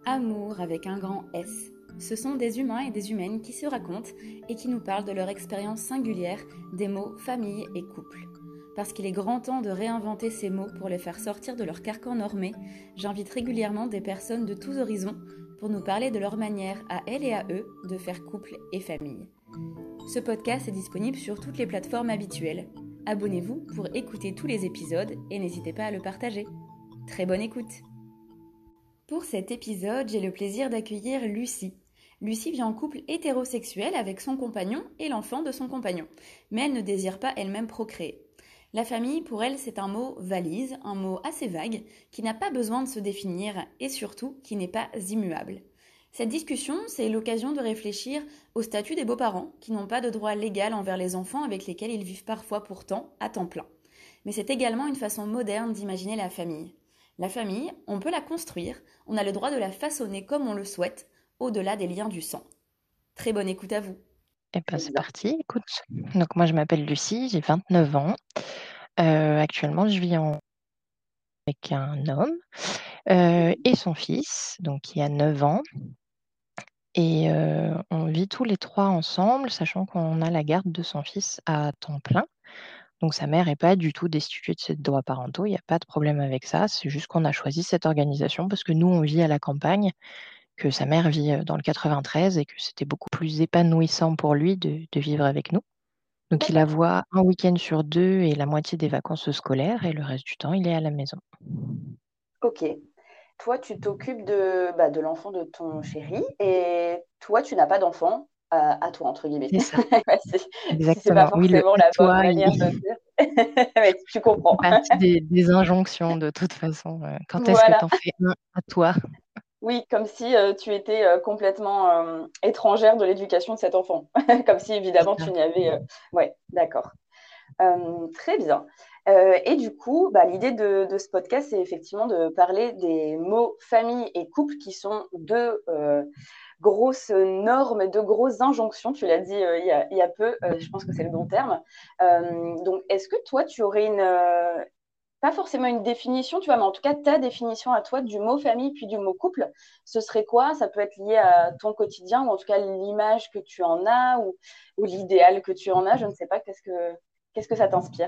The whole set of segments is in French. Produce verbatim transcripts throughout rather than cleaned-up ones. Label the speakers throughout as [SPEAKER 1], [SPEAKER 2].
[SPEAKER 1] Amour avec un grand S. Ce sont des humains et des humaines qui se racontent et qui nous parlent de leur expérience singulière des mots famille et couple. Parce qu'il est grand temps de réinventer ces mots pour les faire sortir de leur carcan normé, j'invite régulièrement des personnes de tous horizons pour nous parler de leur manière à elles et à eux de faire couple et famille. Ce podcast est disponible sur toutes les plateformes habituelles. Abonnez-vous pour écouter tous les épisodes et n'hésitez pas à le partager. Très bonne écoute! Pour cet épisode, j'ai le plaisir d'accueillir Lucie. Lucie vit en couple hétérosexuel avec son compagnon et l'enfant de son compagnon, mais elle ne désire pas elle-même procréer. La famille, pour elle, c'est un mot valise, un mot assez vague, qui n'a pas besoin de se définir et surtout qui n'est pas immuable. Cette discussion, c'est l'occasion de réfléchir au statut des beaux-parents qui n'ont pas de droit légal envers les enfants avec lesquels ils vivent parfois pourtant à temps plein. Mais c'est également une façon moderne d'imaginer la famille. La famille, on peut la construire, on a le droit de la façonner comme on le souhaite, au-delà des liens du sang. Très bonne écoute à vous.
[SPEAKER 2] Eh ben, c'est parti, écoute. Donc moi je m'appelle Lucie, j'ai vingt-neuf ans. Euh, actuellement je vis en... avec un homme euh, et son fils, donc qui a neuf ans. Et euh, on vit tous les trois ensemble, sachant qu'on a la garde de son fils à temps plein. Donc sa mère n'est pas du tout destituée de ses droits parentaux, il n'y a pas de problème avec ça. C'est juste qu'on a choisi cette organisation parce que nous on vit à la campagne, que sa mère vit dans le quatre-vingt-treize et que c'était beaucoup plus épanouissant pour lui de, de vivre avec nous. Donc il la voit un week-end sur deux et la moitié des vacances scolaires et le reste du temps, il est à la maison.
[SPEAKER 3] Ok. Toi, tu t'occupes de, bah, de l'enfant de ton chéri et toi, tu n'as pas d'enfant à, à toi, entre guillemets.
[SPEAKER 2] C'est ça,
[SPEAKER 3] si, si c'est pas
[SPEAKER 2] exactement. Oui, le
[SPEAKER 3] forcément
[SPEAKER 2] à
[SPEAKER 3] la bonne
[SPEAKER 2] toi, il
[SPEAKER 3] manière de dire, mais tu comprends.
[SPEAKER 2] fait partie des, des injonctions de toute façon. Euh, Quand est-ce que tu
[SPEAKER 3] Voilà.
[SPEAKER 2] en fais un à toi?
[SPEAKER 3] Oui, comme si euh, tu étais euh, complètement euh, étrangère de l'éducation de cet enfant. Comme si,
[SPEAKER 2] C'est
[SPEAKER 3] évidemment,
[SPEAKER 2] ça.
[SPEAKER 3] tu n'y avais... euh, Ouais, d'accord. Euh, très bien. Euh, et du coup, bah, l'idée de, de ce podcast, c'est effectivement de parler des mots famille et couple qui sont deux euh, grosses normes, deux grosses injonctions. Tu l'as dit euh, il y a, il y a peu, euh, je pense que c'est le bon terme. Euh, donc, est-ce que toi, tu aurais une, euh, pas forcément une définition, tu vois, mais en tout cas, ta définition à toi du mot famille puis du mot couple, ce serait quoi? Ça peut être lié à ton quotidien ou en tout cas l'image que tu en as ou, ou l'idéal que tu en as. Je ne sais pas, qu'est-ce que, qu'est-ce que ça t'inspire?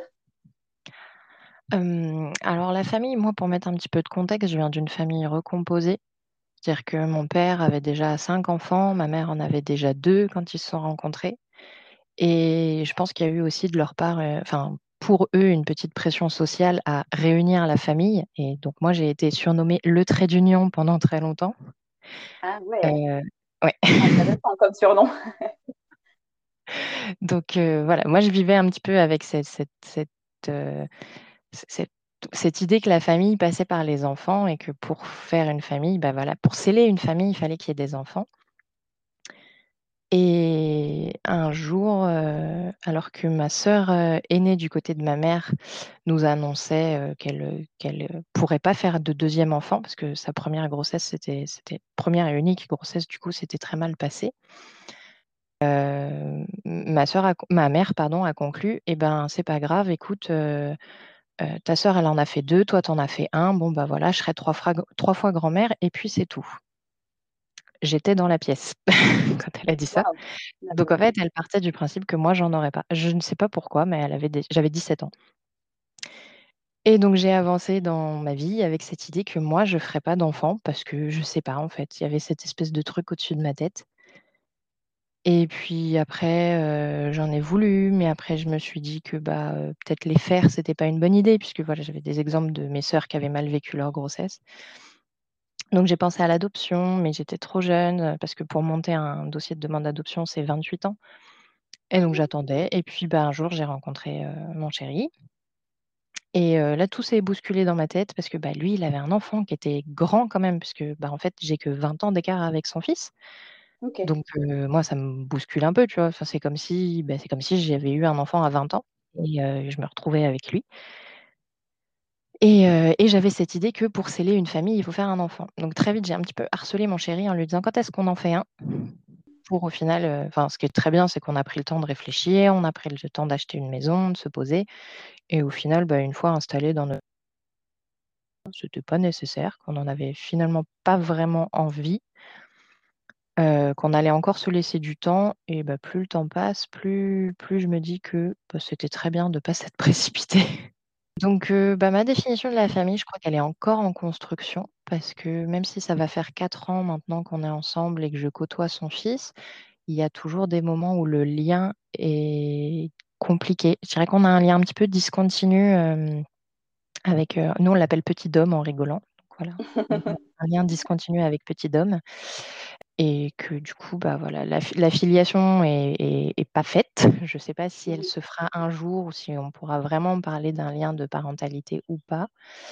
[SPEAKER 2] Euh, alors la famille, moi, pour mettre un petit peu de contexte, je viens d'une famille recomposée. C'est-à-dire que mon père avait déjà cinq enfants, ma mère en avait déjà deux quand ils se sont rencontrés. Et je pense qu'il y a eu aussi de leur part, euh, enfin, pour eux, une petite pression sociale à réunir la famille. Et donc, moi, j'ai été surnommée le trait d'union pendant très longtemps.
[SPEAKER 3] Ah ouais,
[SPEAKER 2] Euh, ouais.
[SPEAKER 3] intéressant comme surnom.
[SPEAKER 2] Donc, euh, voilà, moi, je vivais un petit peu avec cette, cette, cette, euh, cette, cette idée que la famille passait par les enfants et que pour faire une famille, bah voilà, pour sceller une famille, il fallait qu'il y ait des enfants. Et un jour, euh, alors que ma sœur euh, aînée du côté de ma mère nous annonçait euh, qu'elle euh, qu'elle euh, pourrait pas faire de deuxième enfant parce que sa première grossesse, c'était c'était première et unique grossesse, du coup, c'était très mal passé. Euh, ma sœur, a- ma mère, pardon, a conclu, eh ben, c'est pas grave, écoute, euh, euh, ta sœur, elle en a fait deux, toi, t'en as fait un, bon, bah voilà, je serai trois fois, trois fois grand-mère et puis c'est tout. J'étais dans la pièce quand elle a dit ça.
[SPEAKER 3] Waouh,
[SPEAKER 2] Donc en
[SPEAKER 3] d'accord.
[SPEAKER 2] fait, elle partait du principe que moi, j'en aurais pas. Je ne sais pas pourquoi, mais elle avait des... j'avais dix-sept ans. Et donc j'ai avancé dans ma vie avec cette idée que moi, je ne ferais pas d'enfant parce que je sais pas, en fait, il y avait cette espèce de truc au-dessus de ma tête. Et puis après, euh, j'en ai voulu, mais après, je me suis dit que bah, euh, peut-être les faire, c'était pas une bonne idée, puisque voilà, j'avais des exemples de mes sœurs qui avaient mal vécu leur grossesse. Donc j'ai pensé à l'adoption, mais j'étais trop jeune, euh, parce que pour monter un dossier de demande d'adoption, c'est vingt-huit ans. Et donc j'attendais. Et puis bah, un jour, j'ai rencontré euh, mon chéri. Et euh, là, tout s'est bousculé dans ma tête parce que bah, lui, il avait un enfant qui était grand quand même, parce que bah, en fait, j'ai que vingt ans d'écart avec son fils.
[SPEAKER 3] Ok.
[SPEAKER 2] Donc euh, moi, ça me bouscule un peu, tu vois. Enfin, c'est comme si, bah, c'est comme si j'avais eu un enfant à vingt ans et euh, je me retrouvais avec lui. Et, euh, et j'avais cette idée que pour sceller une famille, il faut faire un enfant. Donc très vite, j'ai un petit peu harcelé mon chéri en lui disant quand est-ce qu'on en fait un pour au final, euh, enfin, ce qui est très bien, c'est qu'on a pris le temps de réfléchir, on a pris le temps d'acheter une maison, de se poser. Et au final, bah, une fois installé dans notre c'était pas nécessaire, qu'on en avait finalement pas vraiment envie, heu, qu'on allait encore se laisser du temps et bah, plus le temps passe, plus plus je me dis que, bah, c'était très bien de pas s'être précipité. Donc heu, bah, ma définition de la famille, je crois qu'elle est encore en construction parce que même si ça va faire quatre ans maintenant qu'on est ensemble et que je côtoie son fils, il y a toujours des moments où le lien est compliqué. Je dirais qu'on a un lien un petit peu discontinu, hem, avec, heu nous on l'appelle petit Dom en rigolant, donc voilà. On a un lien discontinu avec petit Dom et que du coup, bah, voilà, la fi la filiation est est est pas faite. Je sais pas si elle
[SPEAKER 3] Mmh.
[SPEAKER 2] se fera un jour ou si on pourra vraiment parler d'un lien de parentalité ou pas.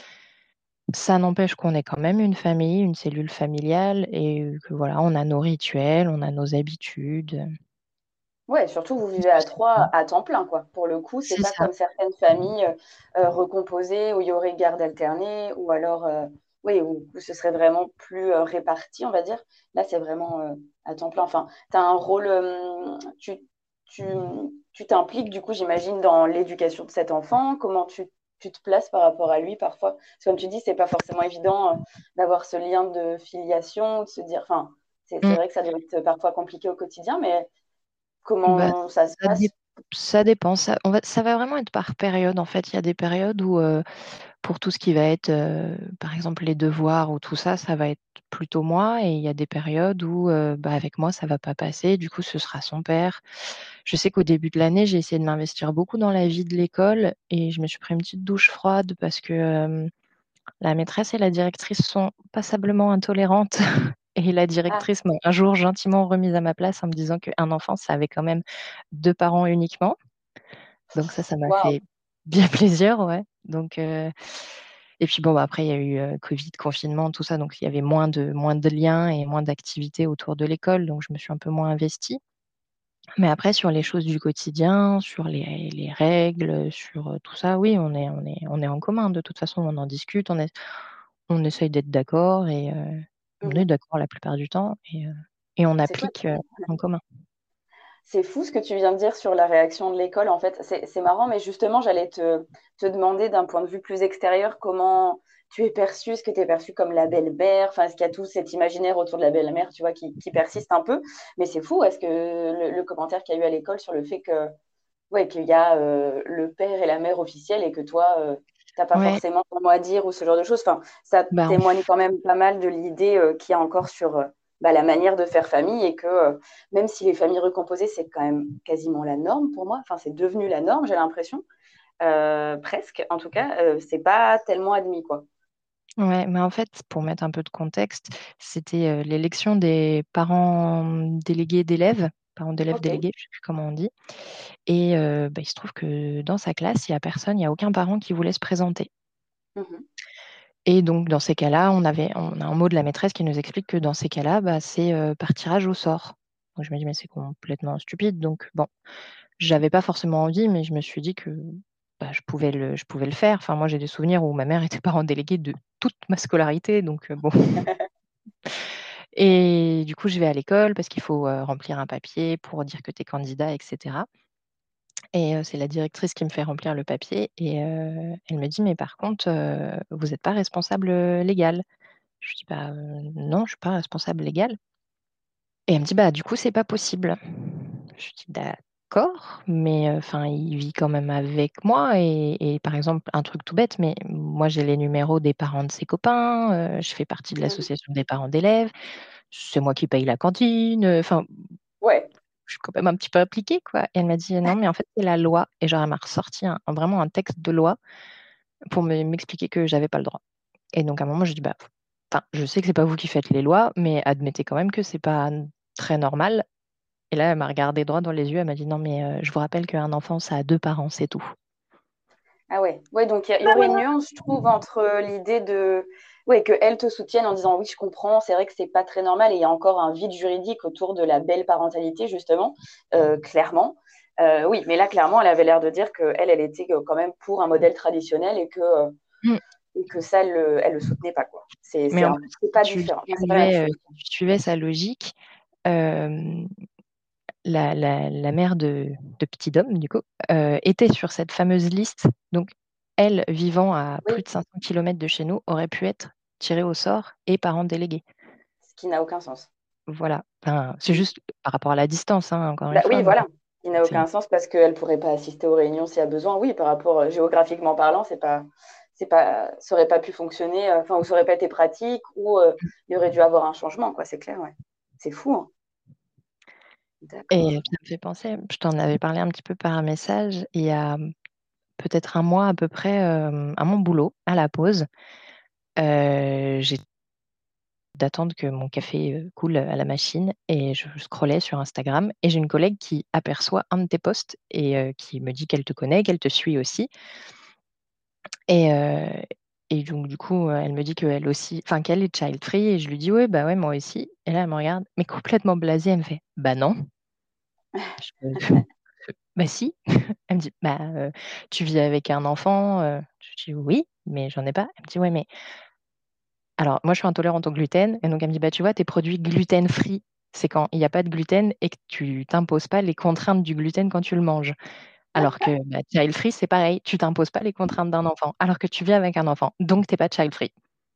[SPEAKER 2] Ça n'empêche qu'on est quand même une famille, une cellule familiale et que voilà, on a nos rituels, on a nos habitudes,
[SPEAKER 3] Ouais, surtout vous
[SPEAKER 2] pas de
[SPEAKER 3] vivez à
[SPEAKER 2] soucis.
[SPEAKER 3] trois à temps plein, quoi. Pour le coup, c'est
[SPEAKER 2] C'est
[SPEAKER 3] pas
[SPEAKER 2] ça,
[SPEAKER 3] comme certaines familles, heu heu, recomposées où il y aurait garde alternée ou alors, heu, oui, où où ce serait vraiment plus, heu, réparti, on va dire. Là, c'est vraiment, heu, à temps plein. Enfin, tu as un rôle, hem, tu tu, mmh, tu t'impliques du coup, j'imagine, dans l'éducation de cet enfant. Comment tu tu te places par rapport à lui parfois? Parce que comme tu dis, c'est pas forcément évident, heu, d'avoir ce lien de filiation, de se dire enfin, c'est c'est
[SPEAKER 2] mmh.
[SPEAKER 3] vrai que ça doit être parfois compliqué au quotidien, mais
[SPEAKER 2] Bah,
[SPEAKER 3] comment ça se
[SPEAKER 2] ça dé
[SPEAKER 3] passe?
[SPEAKER 2] ça dépend, ça on va ça va vraiment être par période, en fait. Il y a des périodes où, heu, pour tout ce qui va être, heu, par exemple, les devoirs ou tout ça, ça va être plutôt moi et il y a des périodes où, heu, bah, avec moi, ça va pas passer, du coup, ce sera son père. Je sais qu'au début de l'année, j'ai essayé de m'investir beaucoup dans la vie de l'école et je me suis pris une petite douche froide parce que, hem, la maîtresse et la directrice sont passablement intolérantes et la
[SPEAKER 3] Ah,
[SPEAKER 2] directrice m'a un jour gentiment remise à ma place en me disant qu'un enfant, ça avait quand même deux parents uniquement. Donc ça, ça m'a
[SPEAKER 3] waouh!
[SPEAKER 2] fait bien plaisir, ouais. Donc heu et puis bon, bah, après il y a eu, heu, covid, confinement, tout ça, donc il y avait moins de moins de liens et moins d'activités autour de l'école, donc je me suis un peu moins investie. Mais après sur les choses du quotidien, sur les les règles, sur, heu, tout ça, oui, on est on est on est en commun. De toute façon, on en discute, on est on essaye d'être d'accord et heu, on est
[SPEAKER 3] Mmh.
[SPEAKER 2] d'accord la plupart du temps et heu et on
[SPEAKER 3] C'est chouette.
[SPEAKER 2] applique, heu, en commun.
[SPEAKER 3] C'est fou ce que tu viens de dire sur la réaction de l'école, en fait. C'est c'est marrant, mais justement, j'allais te te demander d'un point de vue plus extérieur comment tu es perçue. Est-ce que tu es perçue comme la belle-mère? Enfin, est-ce qu'il y a tout cet imaginaire autour de la belle-mère, tu vois, qui qui persiste un peu? Mais c'est fou, est-ce que le le commentaire qu'il y a eu à l'école sur le fait que ouais, qu'il y a, heu, le père et la mère officiels et que toi, heu, tu as pas
[SPEAKER 2] Ouais,
[SPEAKER 3] forcément ton mot à dire ou ce genre de choses. Enfin, ça
[SPEAKER 2] bah, en
[SPEAKER 3] témoigne quand même pas mal de l'idée, heu, qu'il y a encore sur, heu, bah, la manière de faire famille et que, heu, même si les familles recomposées, c'est quand même quasiment la norme pour moi, enfin, c'est devenu la norme, j'ai l'impression, heu, presque en tout cas, heu, c'est pas tellement admis, quoi.
[SPEAKER 2] Ouais, mais en fait, pour mettre un peu de contexte, c'était, heu, l'élection des parents, mmh, délégués d'élèves, parents d'élèves
[SPEAKER 3] OK.
[SPEAKER 2] délégués, je sais plus comment on dit et heu, bah, il se trouve que dans sa classe, il y a personne, il y a aucun parent qui voulait se présenter
[SPEAKER 3] Mmh.
[SPEAKER 2] et donc dans ces cas-là, on avait on a un mot de la maîtresse qui nous explique que dans ces cas-là, bah, c'est, heu, par tirage au sort. Donc je me dis: «Mais c'est complètement stupide», donc bon, j'avais pas forcément envie, mais je me suis dit que, bah, je pouvais le je pouvais le faire. Enfin, moi, j'ai des souvenirs où ma mère était parent délégué de toute ma scolarité, donc heu, bon. Et du coup, je vais à l'école parce qu'il faut, heu, remplir un papier pour dire que tu es candidat et cetera et heu, c'est la directrice qui me fait remplir le papier et heu, elle me dit: «Mais par contre, heu, vous êtes pas responsable, heu, légal». Je lui dis: «Bah, heu, non, je suis pas responsable légal» et elle me dit: «Bah, du coup, c'est pas possible». Je lui dis: «D'accord, mais enfin, il vit quand même avec moi et et par exemple, un truc tout bête, mais moi, j'ai les numéros des parents de ses copains, heu, je fais partie de
[SPEAKER 3] Mmh.
[SPEAKER 2] l'association des parents d'élèves, c'est moi qui paye la cantine, heu, enfin,
[SPEAKER 3] Ouais.
[SPEAKER 2] je suis quand même un petit peu impliquée, quoi et elle m'a dit: «Non, mais en fait, c'est la loi» et genre, elle m'a ressorti un un vraiment un texte de loi pour me m'expliquer que j'avais pas le droit et donc à un moment, je dis: «Bah, enfin, je sais que c'est pas vous qui faites les lois, mais admettez quand même que c'est pas n très normal» et là, elle m'a regardé droit dans les yeux, elle m'a dit: «Non, mais heu, je vous rappelle qu'un enfant, ça a deux parents, c'est tout».
[SPEAKER 3] Ah ouais, ouais, donc il y, a- il y aurait une nuance, je trouve, entre l'idée de, ouais, que elle te soutienne en disant oui, je comprends, c'est vrai que c'est pas très normal et il y a encore un vide juridique autour de la belle parentalité, justement, euh, clairement. Euh, oui, mais là, clairement, elle avait l'air de dire que elle, elle était euh, quand même pour un modèle traditionnel et que, euh,
[SPEAKER 2] Mmh.
[SPEAKER 3] et que ça, elle, le- elle le soutenait pas, quoi. C'est,
[SPEAKER 2] Mais
[SPEAKER 3] c'est
[SPEAKER 2] en
[SPEAKER 3] un-
[SPEAKER 2] plus,
[SPEAKER 3] c'est
[SPEAKER 2] si
[SPEAKER 3] pas
[SPEAKER 2] tu
[SPEAKER 3] différent, enfin, c'est pas la même
[SPEAKER 2] suivais, heu,
[SPEAKER 3] chose.
[SPEAKER 2] si tu suivais sa logique, hem, la la la mère de de petit Dom, du coup, heu, était sur cette fameuse liste, donc elle, vivant à
[SPEAKER 3] Oui,
[SPEAKER 2] plus de cinq cents kilomètres de chez nous, aurait pu être tirée au sort et parent délégué.
[SPEAKER 3] ce qui n'a aucun sens.
[SPEAKER 2] Voilà. Enfin, c'est
[SPEAKER 3] Mm.
[SPEAKER 2] juste par rapport à la distance, hein, encore une
[SPEAKER 3] Bah,
[SPEAKER 2] fois,
[SPEAKER 3] oui,
[SPEAKER 2] mais
[SPEAKER 3] voilà. Il n'a
[SPEAKER 2] c'est
[SPEAKER 3] aucun sens parce qu'elle ne pourrait pas assister aux réunions s'il y a besoin. Oui, par rapport euh, géographiquement parlant, c'est pas, c'est pas, ça aurait pas pu fonctionner, euh, enfin, ou ça aurait pas été pratique, ou euh, il y aurait dû avoir un changement, quoi, c'est clair, ouais. C'est fou, hein.
[SPEAKER 2] et
[SPEAKER 3] D'accord.
[SPEAKER 2] ça me fait penser, je t'en avais parlé un petit peu par un message, il y a peut-être un mois à peu près, hem, à mon boulot, à la pause, heu, j'ai d'attendre que mon café, heu, coule à la machine et je scrollais sur Instagram et j'ai une collègue qui aperçoit un de tes posts et heu, qui me dit qu'elle te connaît, qu'elle te suit aussi et heu et donc du coup, heu, elle me dit qu'elle aussi enfin qu'elle est child free et je lui dis: «Ouais, bah, ouais, moi aussi» et là, elle me regarde, mais complètement blasée, elle me fait: «Bah, non». Je fais: «Bah, si». Elle me dit: «Bah, heu, tu vis avec un enfant?» heu, je dis: «Oui, mais j'en ai pas». Elle me dit: «Ouais, mais» alors moi, je suis intolérante au gluten et donc elle me dit: «Bah, tu vois, tes produits gluten free, c'est quand il y a pas de gluten et que tu t'imposes pas les contraintes du gluten quand tu le manges. Alors que, bah, child free, c'est pareil, tu t'imposes pas les contraintes d'un enfant, alors que tu vis avec un enfant, donc tu es pas child free».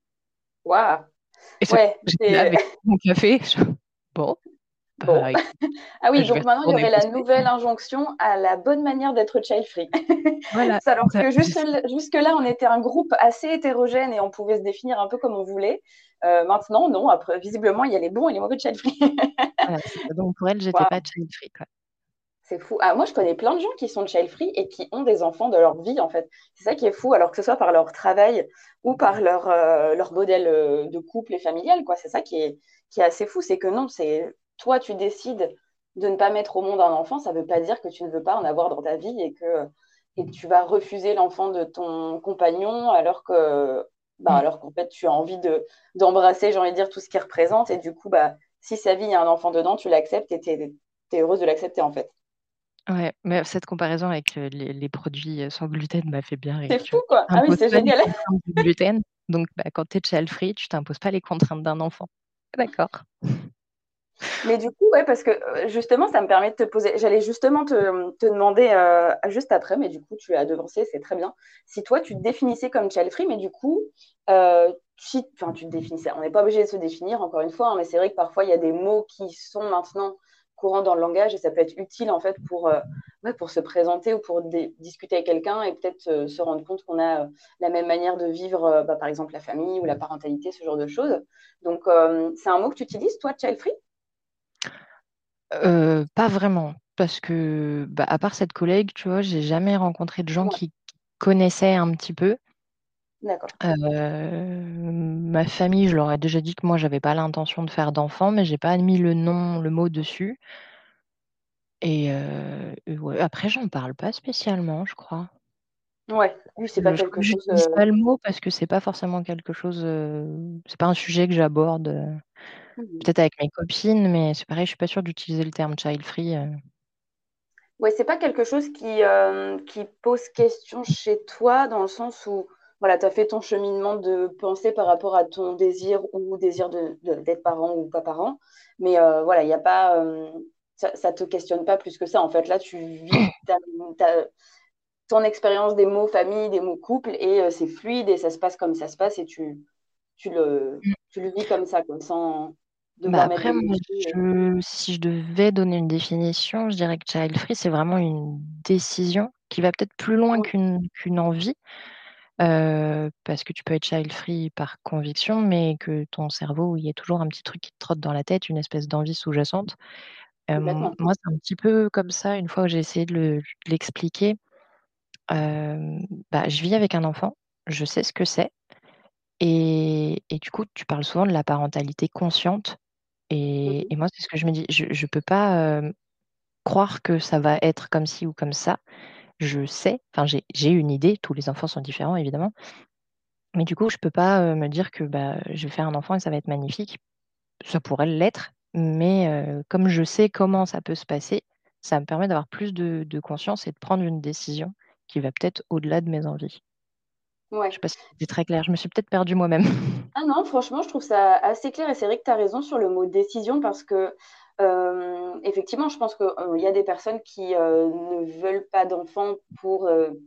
[SPEAKER 3] Waouh.
[SPEAKER 2] Et je
[SPEAKER 3] Ouais,
[SPEAKER 2] j'étais là
[SPEAKER 3] c'est
[SPEAKER 2] avec mon café, je bon,
[SPEAKER 3] bon.
[SPEAKER 2] bah, écoute,
[SPEAKER 3] Ah oui,
[SPEAKER 2] je vais
[SPEAKER 3] donc maintenant, il y
[SPEAKER 2] retourner
[SPEAKER 3] aurait la
[SPEAKER 2] bosser.
[SPEAKER 3] nouvelle injonction à la bonne manière d'être child free.
[SPEAKER 2] Voilà,
[SPEAKER 3] C'est alors
[SPEAKER 2] c'est ça.
[SPEAKER 3] que jusque, jusque-là, on était un groupe assez hétérogène et on pouvait se définir un peu comme on voulait. Euh, maintenant, non. Après, visiblement, il y a les bons et les mauvais child free.
[SPEAKER 2] Voilà, c'est ça. Donc pour elle, j'étais pas
[SPEAKER 3] Waouh,
[SPEAKER 2] child free, quoi.
[SPEAKER 3] c'est fou. Ah, moi, je connais plein de gens qui sont child free et qui ont des enfants de leur vie, en fait. C'est ça qui est fou, alors que ce soit par leur travail ou par leur, euh, leur modèle euh, de couple et familial, quoi. C'est ça qui est, qui est assez fou. C'est que non, c'est toi, tu décides de ne pas mettre au monde un enfant. Ça ne veut pas dire que tu ne veux pas en avoir dans ta vie et que, et que tu vas refuser l'enfant de ton compagnon alors que, bah,
[SPEAKER 2] Mmh.
[SPEAKER 3] alors qu'en fait, tu as envie de, d'embrasser, j'ai envie de dire, tout ce qu'il représente. Et du coup, bah, si sa vie, il y a un enfant dedans, tu l'acceptes et tu es heureuse de l'accepter, en fait.
[SPEAKER 2] Ouais, mais cette comparaison avec, heu, les les produits, heu, sans gluten m'a fait bien rire,
[SPEAKER 3] C'est
[SPEAKER 2] tu
[SPEAKER 3] fou,
[SPEAKER 2] vois? Tu
[SPEAKER 3] quoi. Ah oui,
[SPEAKER 2] t'imposes
[SPEAKER 3] c'est
[SPEAKER 2] pas les
[SPEAKER 3] génial.
[SPEAKER 2] contraintes du gluten, donc bah, quand tu es child free, tu t'imposes pas les contraintes d'un enfant. D'accord.
[SPEAKER 3] Mais du coup, ouais, parce que euh, justement, ça me permet de te poser. J'allais justement te, te demander euh, juste après, mais du coup, tu as devancé, c'est très bien. Si toi, tu te définissais comme child free, mais du coup, euh, si, enfin, tu te définissais. On n'est pas obligé de se définir, encore une fois, hein, mais c'est vrai que parfois, il y a des mots qui sont maintenant courants dans le langage et ça peut être utile en fait pour, euh, ouais, pour se présenter ou pour dé- discuter avec quelqu'un et peut-être euh, se rendre compte qu'on a euh, la même manière de vivre, euh, bah, par exemple, la famille ou la parentalité, ce genre de choses. Donc, euh, c'est un mot que tu utilises, toi, child free?
[SPEAKER 2] Heu, pas vraiment, parce que, bah, à part cette collègue, tu vois, j'ai jamais rencontré de gens
[SPEAKER 3] Ouais,
[SPEAKER 2] qui connaissaient un petit peu.
[SPEAKER 3] d'accord.
[SPEAKER 2] Heu, ma famille, je leur ai déjà dit que moi, j'avais pas l'intention de faire d'enfant, mais j'ai pas mis le nom, le mot dessus et heu et ouais, après j'en parle pas spécialement, je crois.
[SPEAKER 3] Ouais, oui, c'est pas
[SPEAKER 2] Je je
[SPEAKER 3] quelque chose.
[SPEAKER 2] j'utilise
[SPEAKER 3] euh,
[SPEAKER 2] pas le mot parce que c'est pas forcément quelque chose, heu, c'est pas un sujet que j'aborde, heu,
[SPEAKER 3] Mhm.
[SPEAKER 2] peut-être avec mes copines, mais c'est pareil, je suis pas sûre d'utiliser le terme child free, heu.
[SPEAKER 3] Ouais, c'est pas quelque chose qui, euh, qui pose question chez toi, dans le sens où voilà, tu as fait ton cheminement de pensée par rapport à ton désir ou désir de, de- d'être parent ou pas parent. Mais euh, voilà, il y a pas. euh, ça, ça te questionne pas plus que ça. En fait, là, tu vis ta, ta- ton expérience des mots famille, des mots couple, et euh, c'est fluide et ça se passe comme ça se passe et tu, tu le, tu le vis comme ça, quoi, sans
[SPEAKER 2] Bah,
[SPEAKER 3] devoir mettre
[SPEAKER 2] après
[SPEAKER 3] des mots
[SPEAKER 2] moi,
[SPEAKER 3] dessus. euh.
[SPEAKER 2] je si je devais donner une définition, je dirais que child free, c'est vraiment une décision qui va peut-être plus loin
[SPEAKER 3] Ouais,
[SPEAKER 2] qu'une qu'une envie, heu, parce que tu peux être child free par conviction, mais que ton cerveau, il y ait toujours un petit truc qui te trotte dans la tête, une espèce d'envie sous-jacente. Hem,
[SPEAKER 3] complètement.
[SPEAKER 2] moi, c'est un petit peu comme ça, une fois que j'ai essayé de le de l'expliquer, hem, bah, je vis avec un enfant, je sais ce que c'est et et du coup, tu parles souvent de la parentalité consciente. Et
[SPEAKER 3] Mhm.
[SPEAKER 2] et moi, c'est ce que je me dis, je je peux pas, hem, croire que ça va être comme ci ou comme ça. Je sais, enfin, j'ai j'ai une idée, tous les enfants sont différents évidemment, mais du coup, je peux pas, heu, me dire que, bah, je vais faire un enfant et ça va être magnifique. Ça pourrait l'être, mais heu, comme je sais comment ça peut se passer, ça me permet d'avoir plus de de conscience et de prendre une décision qui va peut-être au-delà de mes envies. Je
[SPEAKER 3] Ouais.
[SPEAKER 2] sais pas si c'est très clair, je me suis peut-être perdue moi-même.
[SPEAKER 3] Ah non, franchement, je trouve ça assez clair et c'est vrai que tu as raison sur le mot décision parce que, euh, effectivement, je pense qu'il y a des personnes qui euh, ne veulent pas d'enfants pour euh,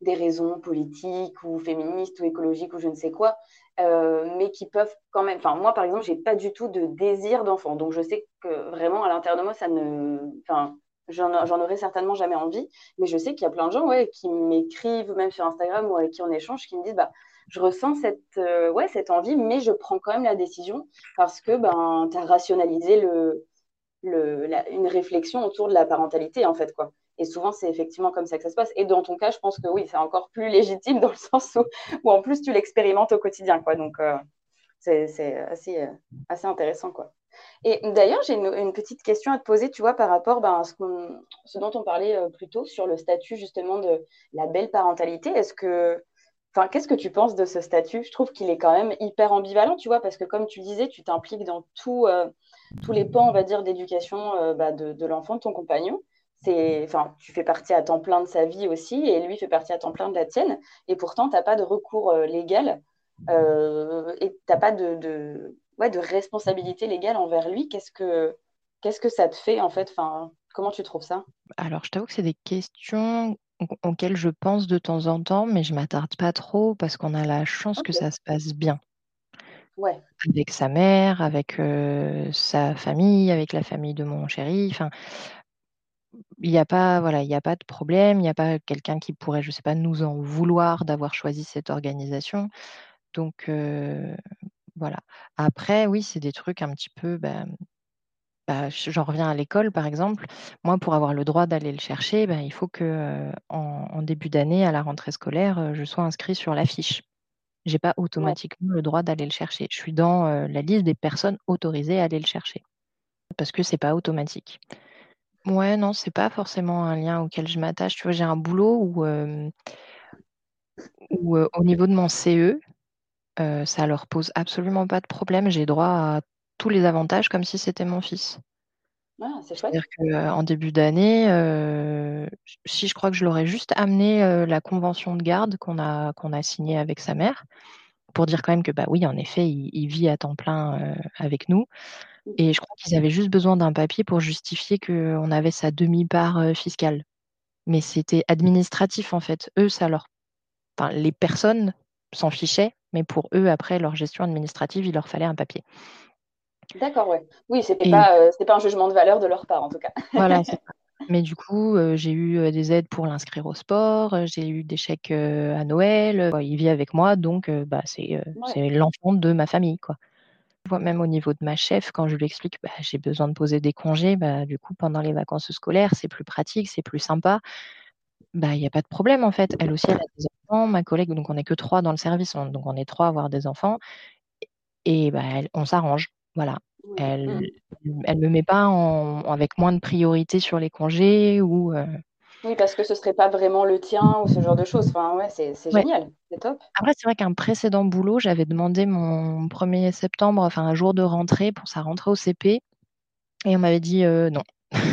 [SPEAKER 3] des raisons politiques ou féministes ou écologiques ou je ne sais quoi, euh, mais qui peuvent quand même. Enfin, moi, par exemple, j'ai pas du tout de désir d'enfant, donc je sais que vraiment à l'intérieur de moi, ça ne. Enfin, j'en, j'en aurais certainement jamais envie, mais je sais qu'il y a plein de gens, ouais, qui m'écrivent, même sur Instagram ou avec qui on échange, qui me disent, bah, je ressens cette, euh, ouais, cette envie, mais je prends quand même la décision parce que ben, tu as rationalisé le, le, la- une réflexion autour de la parentalité, en fait, quoi. Et souvent, c'est effectivement comme ça que ça se passe. Et dans ton cas, je pense que oui, c'est encore plus légitime dans le sens où, où en plus, tu l'expérimentes au quotidien, quoi. Donc, euh, c'est c'est assez, euh, assez intéressant, quoi. Et d'ailleurs, j'ai une, une petite question à te poser, tu vois, par rapport ben, à ce, qu'on- ce dont on parlait euh, plus tôt sur le statut, justement, de la belle parentalité. Est-ce que, enfin, qu'est-ce que tu penses de ce statut? Je trouve qu'il est quand même hyper ambivalent, tu vois, parce que comme tu disais, tu t'impliques dans tout, euh, tous les pans, on va dire, d'éducation euh, bah, de, de l'enfant, de ton compagnon. C'est, enfin, tu fais partie à temps plein de sa vie aussi, et lui fait partie à temps plein de la tienne, et pourtant, tu n'as pas de recours euh, légal, euh, et tu n'as pas de, de, ouais, de responsabilité légale envers lui. Qu'est-ce que, qu'est-ce que ça te fait, en fait? Enfin, comment tu trouves ça?
[SPEAKER 2] Alors, je t'avoue que c'est des questions au- auxquelles je pense de temps en temps, mais je m'attarde pas trop parce qu'on a la chance que
[SPEAKER 3] Ok,
[SPEAKER 2] ça se passe bien
[SPEAKER 3] ouais,
[SPEAKER 2] avec sa mère, avec euh, sa famille, avec la famille de mon chéri. Enfin, il n'y a pas, voilà, il y a pas de problème, il n'y a pas quelqu'un qui pourrait, je sais pas, nous en vouloir d'avoir choisi cette organisation. Donc, euh, voilà. Après, oui, c'est des trucs un petit peu, bah, bah, j- j'en reviens à l'école, par exemple. Moi, pour avoir le droit d'aller le chercher, bah, il faut que, euh, en, en début d'année, à la rentrée scolaire, euh, je sois inscrit sur la fiche. J'ai pas
[SPEAKER 3] ouais.
[SPEAKER 2] automatiquement le droit d'aller le chercher. Je suis dans, euh, la liste des personnes autorisées à aller le chercher parce que c'est pas automatique. Ouais, non, c'est pas forcément un lien auquel je m'attache. Tu vois, j'ai un boulot où, euh, où, euh, au niveau de mon C E, euh, ça leur pose absolument pas de problème. J'ai droit à tous les avantages comme si c'était mon fils.
[SPEAKER 3] Ah, c'est chouette.
[SPEAKER 2] C'est-à-dire qu'en début d'année, euh, si je crois que je l'aurais juste amené euh, la convention de garde qu'on a, qu'on a signée avec sa mère, pour dire quand même que, bah oui, en effet, il, il vit à temps plein euh, avec nous. Et je crois qu'ils avaient juste besoin d'un papier pour justifier qu'on avait sa demi-part euh, fiscale. Mais c'était administratif, en fait. Eux, ça leur... Enfin, les personnes s'en fichaient, mais pour eux, après, leur gestion administrative, il leur fallait un papier.
[SPEAKER 3] D'accord, ouais. Oui, c'était
[SPEAKER 2] Et
[SPEAKER 3] pas, euh, c'était pas un jugement de valeur de leur part, en tout cas.
[SPEAKER 2] voilà, c'est ça. Mais du coup, euh, j'ai eu euh, des aides pour l'inscrire au sport, euh, j'ai eu des chèques euh, à Noël. euh, il vit avec moi, donc euh, bah, c'est euh,
[SPEAKER 3] Ouais,
[SPEAKER 2] c'est l'enfant de ma famille, quoi. Je vois même au niveau de ma chef, quand je lui explique, bah, j'ai besoin de poser des congés, bah, du coup, pendant les vacances scolaires, c'est plus pratique, c'est plus sympa. Bah, il n'y a pas de problème, en fait. Elle aussi, elle a des enfants. Ma collègue, donc on n'est que trois dans le service, on- donc on est trois à avoir des enfants. Et bah, elle- on s'arrange. Voilà.
[SPEAKER 3] ouais.
[SPEAKER 2] Elle
[SPEAKER 3] Mm.
[SPEAKER 2] elle me met pas en, avec moins de priorité sur les congés ou. euh,
[SPEAKER 3] Oui, parce que ce serait pas vraiment le tien ou ce genre de choses. Enfin, ouais, c'est c'est
[SPEAKER 2] Ouais.
[SPEAKER 3] génial, c'est top.
[SPEAKER 2] Après, c'est vrai qu'un précédent boulot, j'avais demandé mon premier septembre, enfin un jour de rentrée pour sa rentrée au C P, et on m'avait dit euh, non.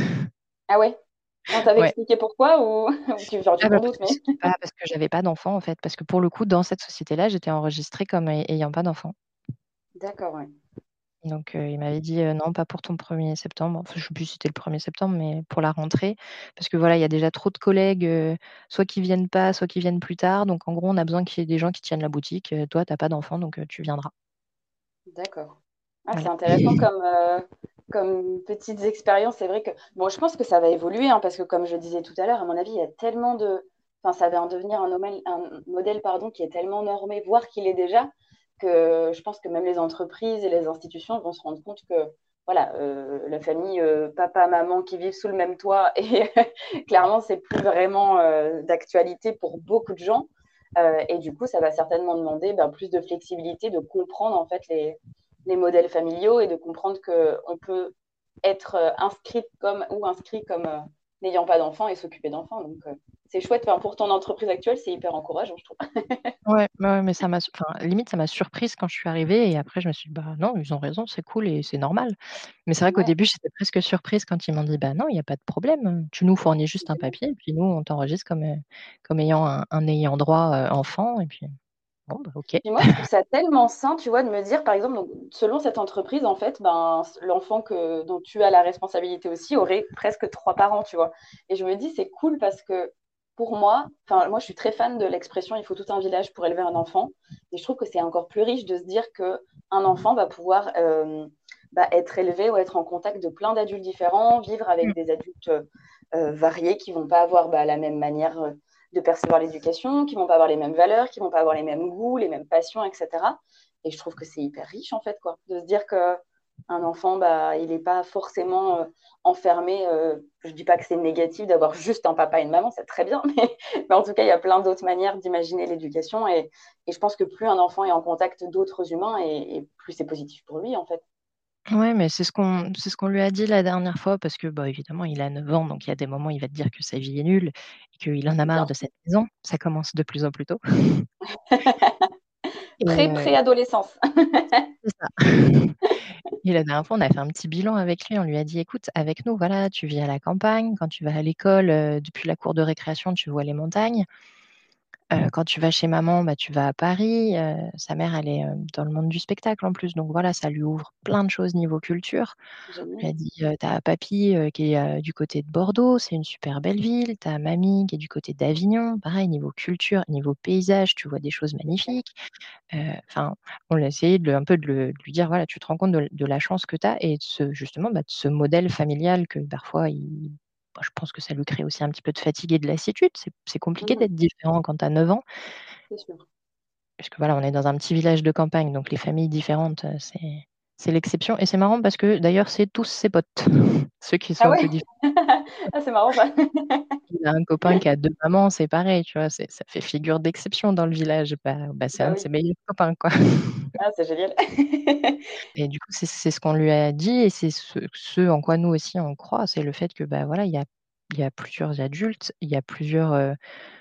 [SPEAKER 3] Ah ouais? On t'avait
[SPEAKER 2] Ouais.
[SPEAKER 3] expliqué pourquoi ou, ou tu, enfin, tu
[SPEAKER 2] Ah bah
[SPEAKER 3] t'en
[SPEAKER 2] parce
[SPEAKER 3] doutes,
[SPEAKER 2] que
[SPEAKER 3] mais
[SPEAKER 2] c'était pas parce que j'avais pas d'enfant en fait, parce que pour le coup, dans cette société-là, j'étais enregistrée comme ay- ayant pas d'enfant.
[SPEAKER 3] d'accord, ouais.
[SPEAKER 2] Donc euh, il m'avait dit euh, non, pas pour ton premier septembre. Enfin, je sais plus si c'était le premier septembre, mais pour la rentrée. Parce que voilà, il y a déjà trop de collègues, euh, soit qui viennent pas, soit qui viennent plus tard. Donc en gros, on a besoin qu'il y ait des gens qui tiennent la boutique. Euh, toi, t'as pas d'enfant, donc euh, tu viendras.
[SPEAKER 3] D'accord. Ah, c'est
[SPEAKER 2] Voilà.
[SPEAKER 3] intéressant comme, euh, comme petites expériences. C'est vrai que, bon, je pense que ça va évoluer, hein, parce que comme je disais tout à l'heure, à mon avis, il y a tellement de, enfin, ça va en devenir un, nomel- un modèle, pardon, qui est tellement normé, voire qu'il est déjà, que je pense que même les entreprises et les institutions vont se rendre compte que, voilà, euh, la famille, euh, papa, maman qui vivent sous le même toit, et clairement, c'est plus vraiment euh, d'actualité pour beaucoup de gens. Euh, et du coup, ça va certainement demander ben, plus de flexibilité, de comprendre en fait les, les modèles familiaux et de comprendre qu'on peut être euh, inscrit comme ou inscrit comme euh, n'ayant pas d'enfants et s'occuper d'enfants. Donc, euh, c'est chouette. Enfin, pour ton entreprise actuelle, c'est hyper encourageant, je trouve.
[SPEAKER 2] Ouais, ouais, mais ça m'a, enfin, limite, ça m'a surprise quand je suis arrivée et après, je me suis dit, bah non, ils ont raison, c'est cool et c'est normal. Mais c'est vrai qu'au
[SPEAKER 3] Ouais,
[SPEAKER 2] début, j'étais presque surprise quand ils m'ont dit, bah non, il n'y a pas de problème. Tu nous fournis juste un papier et puis nous, on t'enregistre comme, euh, comme ayant un, un ayant droit euh, enfant. Et puis, bon, bah ok.
[SPEAKER 3] puis moi, je trouve ça tellement sain, tu vois, de me dire, par exemple, donc, selon cette entreprise, en fait, ben, l'enfant que, dont tu as la responsabilité aussi aurait presque trois parents, tu vois. Et je me dis, c'est cool parce que pour moi, enfin, moi, je suis très fan de l'expression il faut tout un village pour élever un enfant. Et je trouve que c'est encore plus riche de se dire qu'un enfant va pouvoir euh, bah, être élevé ou être en contact de plein d'adultes différents, vivre avec des adultes euh, variés qui vont pas avoir bah, la même manière euh, de percevoir l'éducation, qui vont pas avoir les mêmes valeurs, qui vont pas avoir les mêmes goûts, les mêmes passions, et cetera. Et je trouve que c'est hyper riche, en fait, quoi, de se dire que un enfant, bah, il n'est pas forcément euh, enfermé. Euh, je ne dis pas que c'est négatif d'avoir juste un papa et une maman, c'est très bien, mais, mais en tout cas, il y a plein d'autres manières d'imaginer l'éducation. Et, et je pense que plus un enfant est en contact d'autres humains, et, et plus c'est positif pour lui, en fait.
[SPEAKER 2] Ouais, mais c'est ce qu'on c'est ce qu'on lui a dit la dernière fois parce que, bah, évidemment, il a neuf ans, donc il y a des moments, il va te dire que sa vie est nulle et qu'il en a marre
[SPEAKER 3] Bien
[SPEAKER 2] de
[SPEAKER 3] sûr.
[SPEAKER 2] cette maison. Ça commence de plus en plus tôt. Et
[SPEAKER 3] Pré,
[SPEAKER 2] heu,
[SPEAKER 3] pré-adolescence.
[SPEAKER 2] c'est ça. Et la dernière fois, on a fait un petit bilan avec lui. On lui a dit: «Écoute, avec nous, voilà, tu vis à la campagne. Quand tu vas à l'école, heu, depuis la cour de récréation, tu vois les montagnes. Heu, quand tu vas chez maman, bah, tu vas à Paris». Heu, sa mère, elle est, heu, dans le monde du spectacle en plus, donc voilà, ça lui ouvre plein de choses niveau culture. Je lui
[SPEAKER 3] Génial.
[SPEAKER 2] ai dit, heu: «Tu as papy, heu, qui est, heu, du côté de Bordeaux, c'est une super belle ville. Tu as mamie qui est du côté d'Avignon, pareil niveau culture, niveau paysage, tu vois des choses
[SPEAKER 3] C'est clair.
[SPEAKER 2] magnifiques». Heu, enfin, on a essayé de le un peu de le de lui dire: «Voilà, tu te rends compte de l de la chance que tu as et de ce justement, bah, de ce modèle familial que parfois il bah, je pense que ça lui crée aussi un petit peu de fatigue et de lassitude. C'est c'est compliqué
[SPEAKER 3] Mhm,
[SPEAKER 2] d'être différent quand tu as neuf ans».
[SPEAKER 3] c'est sûr.
[SPEAKER 2] Parce que voilà, on est dans un petit village de campagne, donc les familles différentes, heu, c'est c'est l'exception et c'est marrant parce que d'ailleurs, c'est tous ses potes, ceux qui sont
[SPEAKER 3] Ah
[SPEAKER 2] un
[SPEAKER 3] ouais?
[SPEAKER 2] peu différents.
[SPEAKER 3] Ah, c'est marrant ça.
[SPEAKER 2] Il a un copain qui a deux mamans, c'est pareil, tu vois? C'est ça fait figure d'exception dans le village. Bah bah, c'est
[SPEAKER 3] Bah
[SPEAKER 2] un de
[SPEAKER 3] oui.
[SPEAKER 2] ses meilleurs copains, quoi.
[SPEAKER 3] Ah, c'est génial.
[SPEAKER 2] Et du coup, c'est c'est ce qu'on lui a dit et c'est ce ce en quoi nous aussi on croit, c'est le fait que, bah, voilà, il y a il y a plusieurs adultes, il y a plusieurs, heu,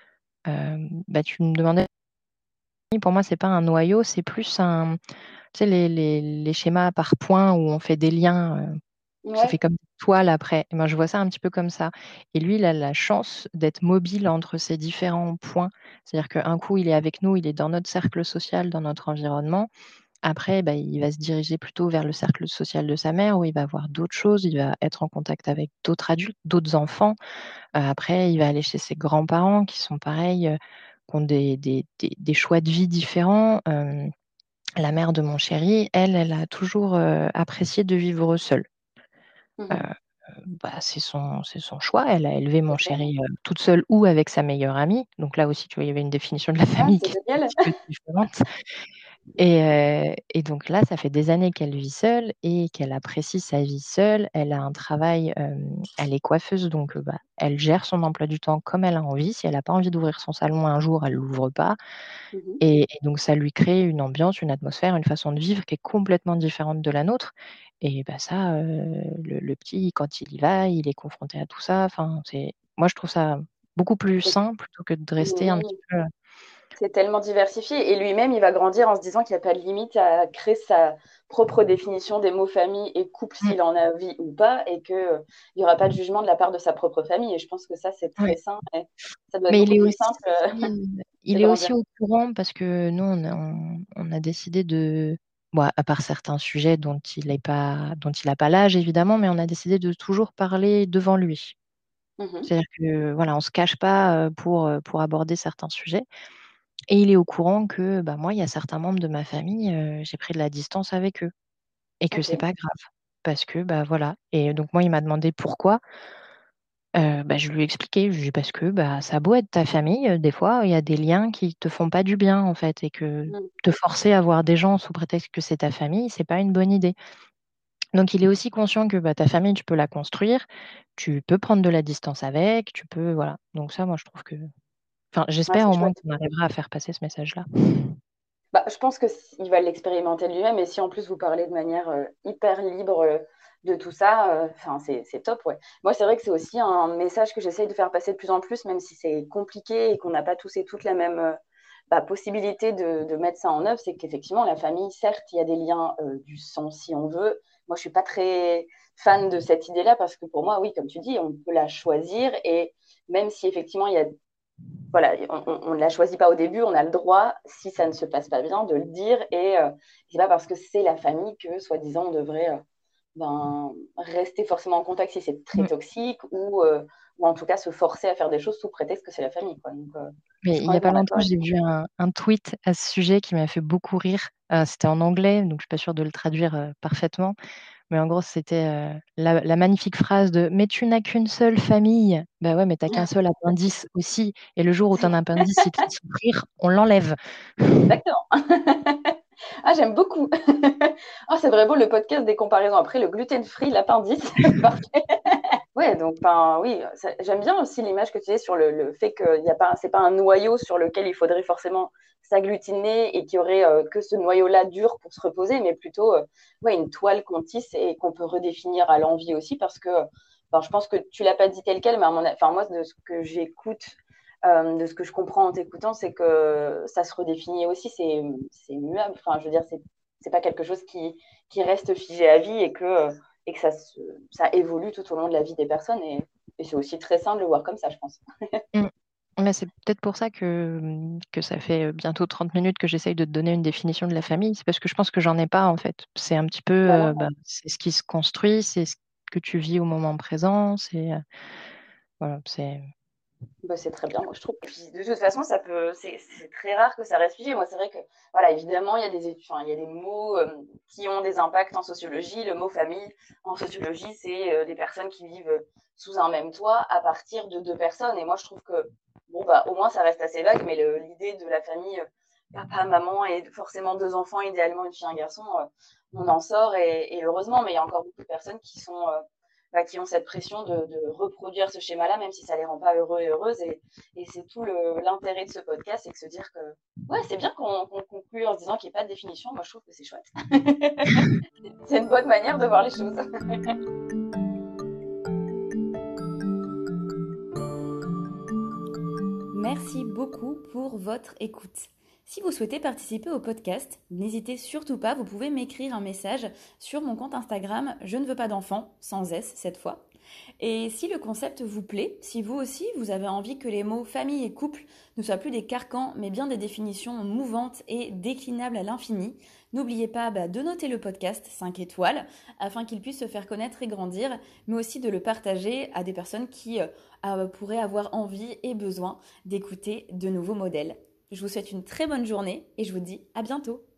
[SPEAKER 2] hem, bah, tu me demandais pour moi, c'est pas un noyau, c'est plus un tu sais, les les les schémas par points où on fait des liens, heu, ça fait
[SPEAKER 3] Ouais.
[SPEAKER 2] comme une toile après. Et moi, je vois ça un petit peu comme ça. Et lui, il a la chance d'être mobile entre ces différents points. C'est-à-dire qu'un coup, il est avec nous, il est dans notre cercle social, dans notre environnement. Après, bah, il va se diriger plutôt vers le cercle social de sa mère où il va voir d'autres choses, il va être en contact avec d'autres adultes, d'autres enfants. Heu, après, il va aller chez ses grands-parents qui sont pareils, heu, qui ont des des des des choix de vie différents. Hem, la mère de mon chéri, elle, elle a toujours, heu, apprécié de vivre seule. Heu,
[SPEAKER 3] Mhm.
[SPEAKER 2] bah, c'est son c'est son choix. Elle a élevé mon
[SPEAKER 3] C'est ça.
[SPEAKER 2] chéri, heu, toute seule ou avec sa meilleure amie. Donc là aussi, tu vois, il y avait une définition de la
[SPEAKER 3] Ah,
[SPEAKER 2] famille
[SPEAKER 3] c'est
[SPEAKER 2] qui était un
[SPEAKER 3] génial.
[SPEAKER 2] petit peu différente. Et heu et donc là, ça fait des années qu'elle vit seule et qu'elle apprécie sa vie seule. Elle a un travail, hem, elle est coiffeuse, donc heu, bah, elle gère son emploi du temps comme elle a envie. Si elle a pas envie d'ouvrir son salon un jour, elle l'ouvre pas.
[SPEAKER 3] Mhm.
[SPEAKER 2] Et et donc ça lui crée une ambiance, une atmosphère, une façon de vivre qui est complètement différente de la nôtre. Et bah, ça, heu, le le petit, quand il y va, il est confronté à tout ça. Enfin, c'est moi, je trouve ça beaucoup plus
[SPEAKER 3] C'est-
[SPEAKER 2] sain plutôt que de
[SPEAKER 3] Mais
[SPEAKER 2] rester un petit
[SPEAKER 3] oui.
[SPEAKER 2] peu.
[SPEAKER 3] C'est tellement diversifié. Et lui-même, il va grandir en se disant qu'il n'y a pas de limite à créer sa propre définition des mots famille et couple,
[SPEAKER 2] Mmh,
[SPEAKER 3] s'il en a envie ou pas, et qu'il euh, n'y aura pas de jugement de la part de sa propre famille. Et je pense que ça, c'est
[SPEAKER 2] ouais.
[SPEAKER 3] très sain. Et ça doit être
[SPEAKER 2] Mais il
[SPEAKER 3] beaucoup
[SPEAKER 2] est
[SPEAKER 3] plus
[SPEAKER 2] aussi
[SPEAKER 3] simple euh, de
[SPEAKER 2] il est
[SPEAKER 3] grandir.
[SPEAKER 2] aussi au courant parce que nous, on a on on a décidé de bon, à part certains sujets dont il est pas dont il a pas l'âge évidemment, mais on a décidé de toujours parler devant lui.
[SPEAKER 3] Mhm.
[SPEAKER 2] C'est-à-dire que voilà, on se cache pas, heu, pour, heu, pour aborder certains sujets et il est au courant que, bah, moi, il y a certains membres de ma famille, heu, j'ai pris de la distance avec eux et que
[SPEAKER 3] Ok.
[SPEAKER 2] c'est pas grave parce que, bah, voilà. Et donc moi, il m'a demandé pourquoi. Heu, bah, je lui ai expliqué, je lui ai dit: «Parce que, bah, ça a beau être ta famille, heu, des fois, il y a des liens qui te font pas du bien, en fait, et que
[SPEAKER 3] Mhm.
[SPEAKER 2] te forcer à voir des gens sous prétexte que c'est ta famille, c'est pas une bonne idée». Donc il est aussi conscient que, bah, ta famille, tu peux la construire, tu peux prendre de la distance avec, tu peux voilà. Donc ça, moi, je trouve que enfin,
[SPEAKER 3] Ouais,
[SPEAKER 2] j'espère
[SPEAKER 3] c'est
[SPEAKER 2] au moins
[SPEAKER 3] chouette.
[SPEAKER 2] qu'on arrivera à faire passer ce message-là.
[SPEAKER 3] Bah, je pense qu'il va l'expérimenter lui-même. Et si en plus vous parlez de manière euh, hyper libre euh, de tout ça, euh, enfin, c'est, c'est top, ouais. Moi, c'est vrai que c'est aussi un message que j'essaye de faire passer de plus en plus, même si c'est compliqué et qu'on n'a pas tous et toutes la même euh, bah, possibilité de, de mettre ça en œuvre. C'est qu'effectivement, la famille, certes, il y a des liens euh, du sang si on veut. Moi, je suis pas très fan de cette idée-là parce que pour moi, oui, comme tu dis, on peut la choisir. Et même si effectivement, il y a voilà, on ne la choisit pas au début, on a le droit, si ça ne se passe pas bien, de le dire. Et euh, c'est pas parce que c'est la famille que, soi-disant, on devrait euh, ben, rester forcément en contact si c'est très
[SPEAKER 2] Mm.
[SPEAKER 3] toxique ou, euh, ou en tout cas se forcer à faire des choses sous prétexte que c'est la famille, quoi. Donc, euh, je
[SPEAKER 2] Mais
[SPEAKER 3] suis
[SPEAKER 2] il n'y a pas
[SPEAKER 3] complètement
[SPEAKER 2] longtemps,
[SPEAKER 3] d'accord avec
[SPEAKER 2] j'ai
[SPEAKER 3] toi.
[SPEAKER 2] vu un, un tweet à ce sujet qui m'a fait beaucoup rire. Euh, c'était en anglais, donc je suis pas sûre de le traduire euh, parfaitement. Mais en gros, c'était euh, la, la magnifique phrase de «Mais tu n'as qu'une seule famille». Bah ouais, mais t'as qu'un seul appendice aussi. Et le jour où ton appendice il te fait souffrir, on l'enlève.
[SPEAKER 3] Exactement. Ah, j'aime beaucoup. Ah, c'est vraiment le podcast des comparaisons. Après, le gluten-free, l'appendice, parfait. Ouais, donc, enfin, oui, ça- j'aime bien aussi l'image que tu dis sur le, le fait que y a pas, c'est pas un noyau sur lequel il faudrait forcément s'agglutiner et qu'il y aurait euh, que ce noyau-là dur pour se reposer, mais plutôt euh, ouais, une toile qu'on tisse et qu'on peut redéfinir à l'envie aussi parce que, enfin, je pense que tu l'as pas dit tel quel, mais à mon, a- enfin, moi, de ce que j'écoute, euh, de ce que je comprends en t'écoutant, c'est que ça se redéfinit aussi, c'est, c'est muable. Enfin, je veux dire, c'est, c'est pas quelque chose qui, qui reste figé à vie et que euh, et que ça, se, ça évolue tout au long de la vie des personnes. Et, et c'est aussi très sain de le voir comme ça, je pense.
[SPEAKER 2] Mm. Mais c'est peut-être pour ça que, que ça fait bientôt trente minutes que j'essaye de te donner une définition de la famille. C'est parce que je pense que j'en ai pas, en fait. C'est un petit peu,
[SPEAKER 3] Bah,
[SPEAKER 2] euh,
[SPEAKER 3] non,
[SPEAKER 2] bah, c'est ce qui se construit, c'est ce que tu vis au moment présent. C'est, euh, voilà, c'est...
[SPEAKER 3] bah, c'est très bien, moi je trouve. Et puis, de toute façon, ça peut, c'est, c'est très rare que ça reste figé. Moi, c'est vrai que, voilà, évidemment, il y a des, études- enfin, il y a des mots euh, qui ont des impacts en sociologie. Le mot famille, en sociologie, c'est euh, des personnes qui vivent sous un même toit à partir de deux personnes. Et moi, je trouve que, bon, bah, au moins, ça reste assez vague, mais le- l'idée de la famille, euh, papa, maman et forcément deux enfants, idéalement une fille, un garçon, euh, on en sort et, et heureusement, mais il y a encore beaucoup de personnes qui sont. Euh, bah, qui ont cette pression de, de reproduire ce schéma-là, même si ça les rend pas heureux et heureuses. Et, et c'est tout le, l'intérêt de ce podcast, c'est de se dire que ouais, c'est bien qu'on, qu'on conclue en se disant qu'il n'y a pas de définition. Moi, je trouve que c'est chouette. C'est une bonne manière de voir les choses.
[SPEAKER 1] Merci beaucoup pour votre écoute. Si vous souhaitez participer au podcast, n'hésitez surtout pas, vous pouvez m'écrire un message sur mon compte Instagram Je ne veux pas d'enfants, sans S cette fois. Et si le concept vous plaît, si vous aussi vous avez envie que les mots famille et couple ne soient plus des carcans, mais bien des définitions mouvantes et déclinables à l'infini, n'oubliez pas bah, de noter le podcast cinq étoiles afin qu'il puisse se faire connaître et grandir, mais aussi de le partager à des personnes qui euh, pourraient avoir envie et besoin d'écouter de nouveaux modèles. Je vous souhaite une très bonne journée et je vous dis à bientôt.